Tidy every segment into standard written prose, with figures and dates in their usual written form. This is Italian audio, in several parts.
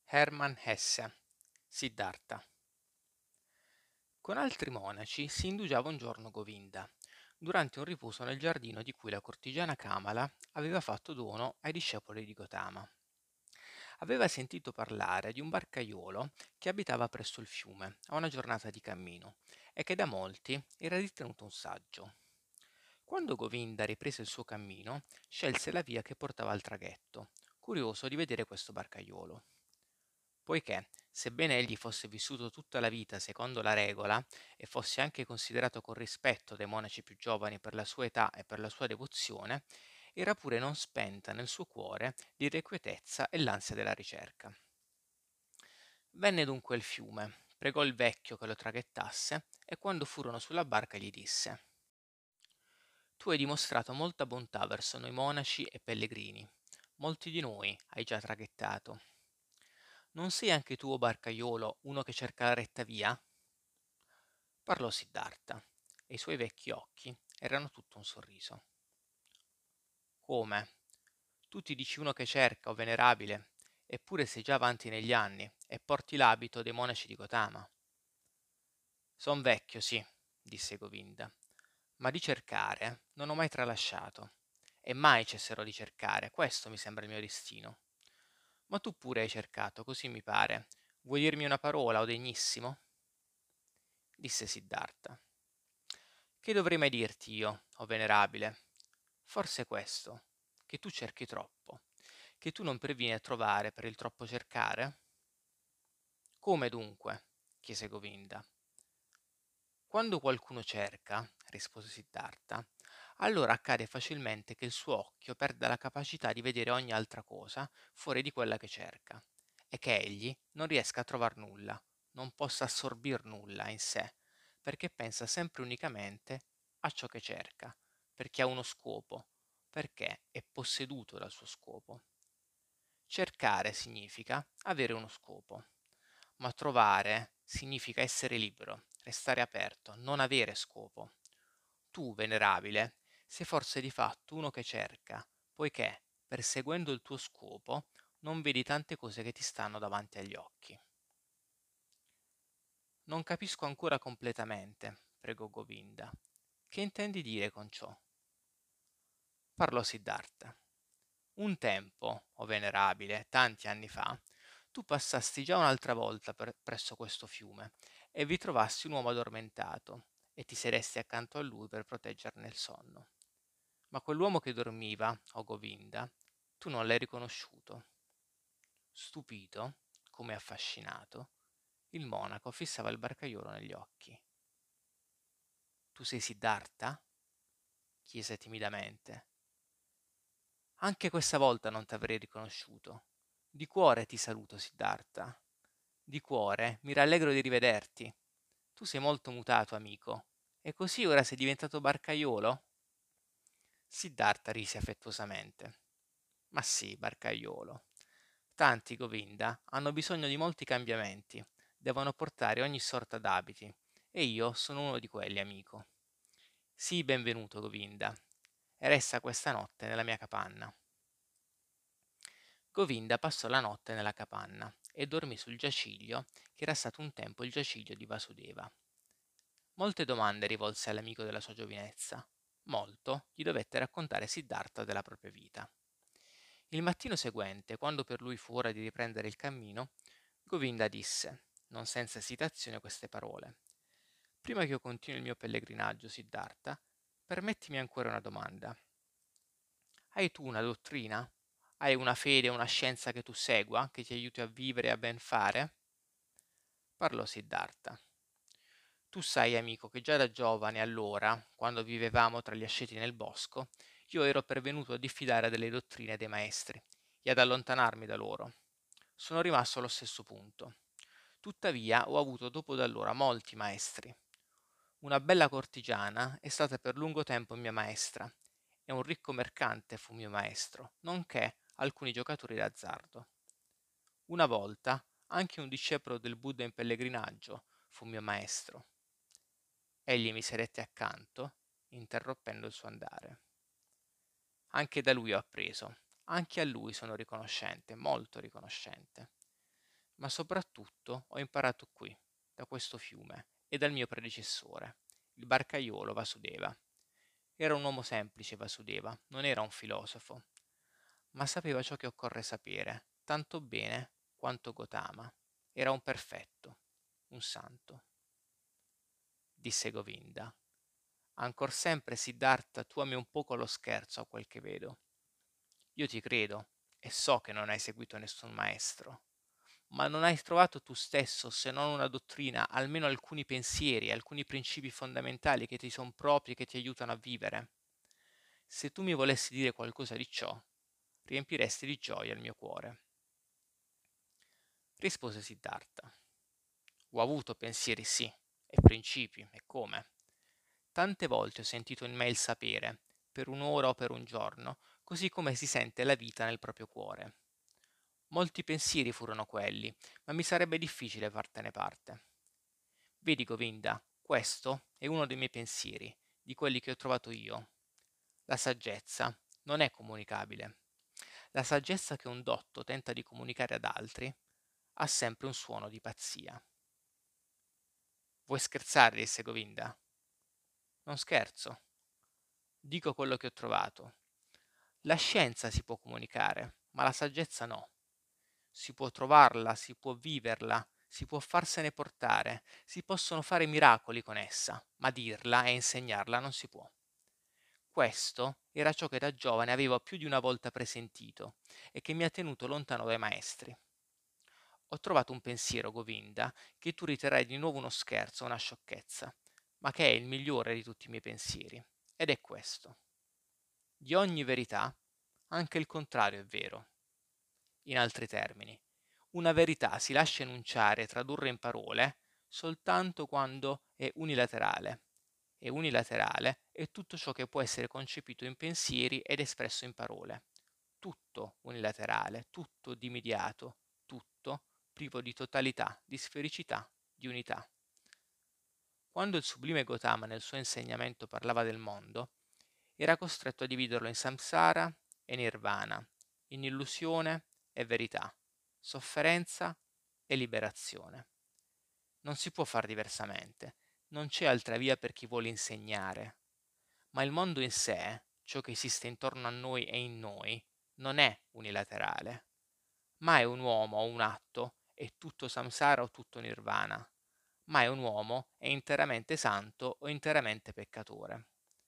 Hermann Hesse, Siddhartha. Con altri monaci si indugiava un giorno Govinda, durante un riposo nel giardino di cui la cortigiana Kamala aveva fatto dono ai discepoli di Gotama. Aveva sentito parlare di un barcaiolo che abitava presso il fiume, a una giornata di cammino, e che da molti era ritenuto un saggio. Quando Govinda riprese il suo cammino, scelse la via che portava al traghetto, curioso di vedere questo barcaiolo. Poiché, sebbene egli fosse vissuto tutta la vita secondo la regola e fosse anche considerato con rispetto dai monaci più giovani per la sua età e per la sua devozione, era pure non spenta nel suo cuore l'irrequietezza e l'ansia della ricerca. Venne dunque il fiume, pregò il vecchio che lo traghettasse e quando furono sulla barca gli disse: Tu hai dimostrato molta bontà verso noi monaci e pellegrini. Molti di noi hai già traghettato. Non sei anche tu, o barcaiolo, uno che cerca la retta via? Parlò Siddhartha, e i suoi vecchi occhi erano tutto un sorriso. Come? Tu ti dici uno che cerca, o venerabile, eppure sei già avanti negli anni e porti l'abito dei monaci di Gotama. Son vecchio, sì, disse Govinda, ma di cercare non ho mai tralasciato, e mai cesserò di cercare, questo mi sembra il mio destino. Ma tu pure hai cercato, così mi pare. Vuoi dirmi una parola, o degnissimo? Disse Siddhartha. Che dovrei mai dirti io, o venerabile? Forse questo, che tu cerchi troppo, che tu non previeni a trovare per il troppo cercare? Come dunque? Chiese Govinda. Quando qualcuno cerca, rispose Siddhartha, allora accade facilmente che il suo occhio perda la capacità di vedere ogni altra cosa fuori di quella che cerca, e che egli non riesca a trovar nulla, non possa assorbir nulla in sé, perché pensa sempre unicamente a ciò che cerca, perché ha uno scopo, perché è posseduto dal suo scopo. Cercare significa avere uno scopo, ma trovare significa essere libero, restare aperto, non avere scopo. Tu, venerabile, sei forse di fatto uno che cerca, poiché, perseguendo il tuo scopo, non vedi tante cose che ti stanno davanti agli occhi. Non capisco ancora completamente, pregò Govinda. Che intendi dire con ciò? Parlò Siddhartha. Un tempo, o venerabile, tanti anni fa, tu passasti già un'altra volta presso questo fiume e vi trovasti un uomo addormentato e ti sedesti accanto a lui per proteggerne il sonno. Ma quell'uomo che dormiva, o Govinda, tu non l'hai riconosciuto. Stupito, come affascinato, il monaco fissava il barcaiolo negli occhi. Tu sei Siddhartha? Chiese timidamente. Anche questa volta non t'avrei riconosciuto. Di cuore ti saluto, Siddhartha. Di cuore mi rallegro di rivederti. Tu sei molto mutato, amico. E così ora sei diventato barcaiolo? Siddhartha rise affettuosamente. Ma sì, barcaiolo. Tanti, Govinda, hanno bisogno di molti cambiamenti. Devono portare ogni sorta d'abiti. E io sono uno di quelli, amico. Sii benvenuto, Govinda, e resta questa notte nella mia capanna. Govinda passò la notte nella capanna e dormì sul giaciglio che era stato un tempo il giaciglio di Vasudeva. Molte domande rivolse all'amico della sua giovinezza. Molto gli dovette raccontare Siddhartha della propria vita. Il mattino seguente, quando per lui fu ora di riprendere il cammino, Govinda disse, non senza esitazione, queste parole. Prima che io continui il mio pellegrinaggio, Siddhartha, permettimi ancora una domanda. Hai tu una dottrina? Hai una fede, una scienza che tu segua, che ti aiuti a vivere e a ben fare? Parlò Siddhartha. Tu sai, amico, che già da giovane allora, quando vivevamo tra gli asceti nel bosco, io ero pervenuto a diffidare delle dottrine dei maestri e ad allontanarmi da loro. Sono rimasto allo stesso punto. Tuttavia ho avuto dopo da allora molti maestri. Una bella cortigiana è stata per lungo tempo mia maestra, e un ricco mercante fu mio maestro, nonché alcuni giocatori d'azzardo. Una volta anche un discepolo del Buddha in pellegrinaggio fu mio maestro. Egli mi sedette accanto, interrompendo il suo andare. Anche da lui ho appreso, anche a lui sono riconoscente, molto riconoscente. ma soprattutto ho imparato qui, da questo fiume e dal mio predecessore, il barcaiolo Vasudeva. Era un uomo semplice Vasudeva, non era un filosofo, ma sapeva ciò che occorre sapere, tanto bene quanto Gotama. Era un perfetto, un santo. Disse Govinda. Ancor sempre, Siddhartha, tu ami un poco lo scherzo a quel che vedo. Io ti credo e so che non hai seguito nessun maestro, ma non hai trovato tu stesso, se non una dottrina, almeno alcuni pensieri, alcuni principi fondamentali che ti sono propri e che ti aiutano a vivere. Se tu mi volessi dire qualcosa di ciò, riempiresti di gioia il mio cuore. Rispose Siddhartha. Ho avuto pensieri sì, e principi, e come. Tante volte ho sentito in me il sapere, per un'ora o per un giorno, così come si sente la vita nel proprio cuore. Molti pensieri furono quelli, ma mi sarebbe difficile fartene parte. Vedi, Govinda, questo è uno dei miei pensieri, di quelli che ho trovato io. La saggezza non è comunicabile. La saggezza che un dotto tenta di comunicare ad altri ha sempre un suono di pazzia. Vuoi scherzare, disse Govinda? Non scherzo. Dico quello che ho trovato. La scienza si può comunicare, ma la saggezza no. Si può trovarla, si può viverla, si può farsene portare, si possono fare miracoli con essa, ma dirla e insegnarla non si può. Questo era ciò che da giovane avevo più di una volta presentito e che mi ha tenuto lontano dai maestri. Ho trovato un pensiero, Govinda, che tu riterrai di nuovo uno scherzo, una sciocchezza, ma che è il migliore di tutti i miei pensieri, ed è questo. Di ogni verità, anche il contrario è vero. In altri termini, una verità si lascia enunciare e tradurre in parole soltanto quando è unilaterale. E unilaterale è tutto ciò che può essere concepito in pensieri ed espresso in parole. Tutto unilaterale, tutto dimediato, tutto privo di totalità, di sfericità, di unità. Quando il sublime Gotama nel suo insegnamento parlava del mondo, era costretto a dividerlo in samsara e nirvana, in illusione e verità, sofferenza e liberazione. Non si può far diversamente, non c'è altra via per chi vuole insegnare. Ma il mondo in sé, ciò che esiste intorno a noi e in noi, non è unilaterale. Mai un uomo o un atto è tutto samsara o tutto nirvana. Mai un uomo è interamente santo o interamente peccatore.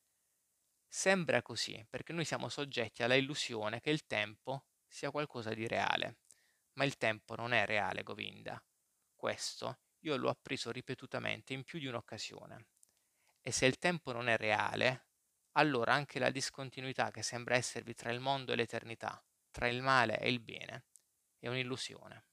Sembra così perché noi siamo soggetti alla illusione che il tempo sia qualcosa di reale. Ma il tempo non è reale, Govinda. Questo io l'ho appreso ripetutamente in più di un'occasione. E se il tempo non è reale, allora anche la discontinuità che sembra esservi tra il mondo e l'eternità, tra il male e il bene, è un'illusione.